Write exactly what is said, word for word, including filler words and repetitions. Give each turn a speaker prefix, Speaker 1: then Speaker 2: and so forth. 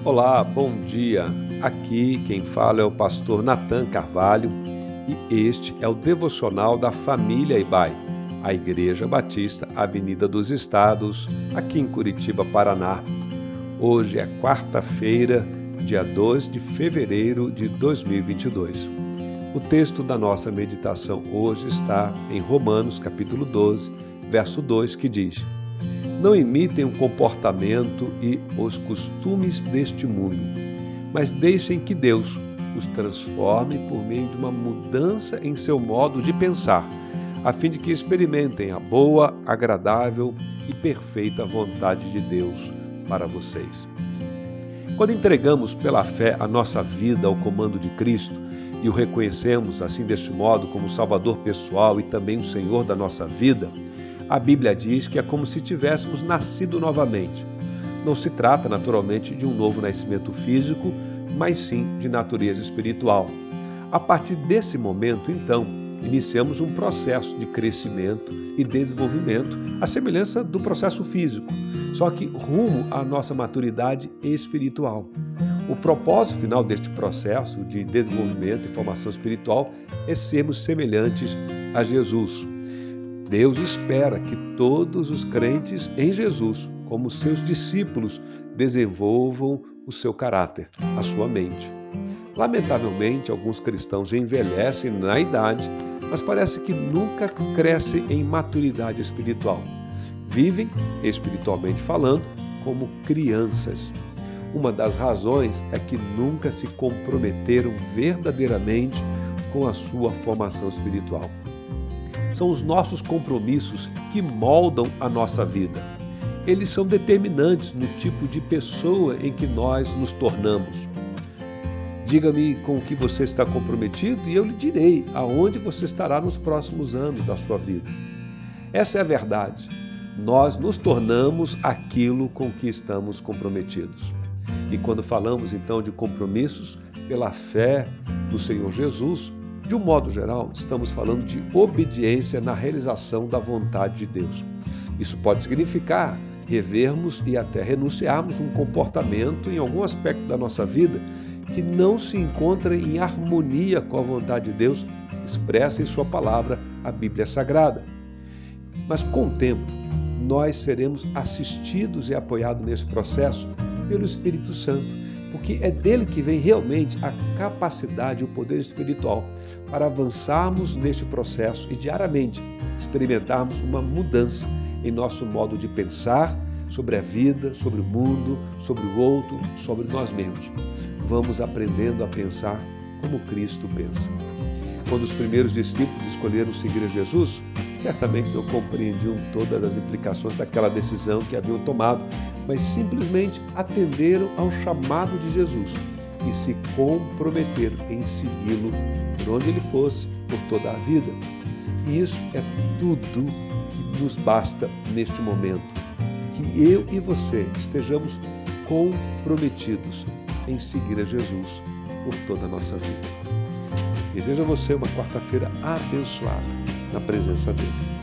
Speaker 1: Olá, bom dia. Aqui quem fala é o pastor Natan Carvalho e este é o devocional da família Ibai, a Igreja Batista Avenida dos Estados, aqui em Curitiba, Paraná. Hoje é quarta-feira, dia dois de fevereiro de dois mil e vinte e dois. O texto da nossa meditação hoje está em Romanos, capítulo doze, verso dois, que diz: Não imitem o comportamento e os costumes deste mundo, mas deixem que Deus os transforme por meio de uma mudança em seu modo de pensar, a fim de que experimentem a boa, agradável e perfeita vontade de Deus para vocês. Quando entregamos pela fé a nossa vida ao comando de Cristo e o reconhecemos assim deste modo como Salvador pessoal e também o Senhor da nossa vida, a Bíblia diz que é como se tivéssemos nascido novamente. Não se trata, naturalmente, de um novo nascimento físico, mas sim de natureza espiritual. A partir desse momento, então, iniciamos um processo de crescimento e desenvolvimento, à semelhança do processo físico, só que rumo à nossa maturidade espiritual. O propósito final deste processo de desenvolvimento e formação espiritual é sermos semelhantes a Jesus. Deus espera que todos os crentes em Jesus, como seus discípulos, desenvolvam o seu caráter, a sua mente. Lamentavelmente, alguns cristãos envelhecem na idade, mas parece que nunca crescem em maturidade espiritual. Vivem, espiritualmente falando, como crianças. Uma das razões é que nunca se comprometeram verdadeiramente com a sua formação espiritual. São os nossos compromissos que moldam a nossa vida. Eles são determinantes no tipo de pessoa em que nós nos tornamos. Diga-me com o que você está comprometido e eu lhe direi aonde você estará nos próximos anos da sua vida. Essa é a verdade. Nós nos tornamos aquilo com que estamos comprometidos. E quando falamos então de compromissos pela fé no Senhor Jesus, de um modo geral, estamos falando de obediência na realização da vontade de Deus. Isso pode significar revermos e até renunciarmos um comportamento em algum aspecto da nossa vida que não se encontra em harmonia com a vontade de Deus expressa em sua palavra, a Bíblia Sagrada. Mas com o tempo, nós seremos assistidos e apoiados nesse processo pelo Espírito Santo, porque é dele que vem realmente a capacidade e o poder espiritual para avançarmos neste processo e diariamente experimentarmos uma mudança em nosso modo de pensar sobre a vida, sobre o mundo, sobre o outro, sobre nós mesmos. Vamos aprendendo a pensar como Cristo pensa. Quando os primeiros discípulos escolheram seguir a Jesus, certamente não compreendiam todas as implicações daquela decisão que haviam tomado, mas simplesmente atenderam ao chamado de Jesus e se comprometeram em segui-lo por onde ele fosse, por toda a vida. E isso é tudo que nos basta neste momento, que eu e você estejamos comprometidos em seguir a Jesus por toda a nossa vida. Desejo a você uma quarta-feira abençoada na presença dele.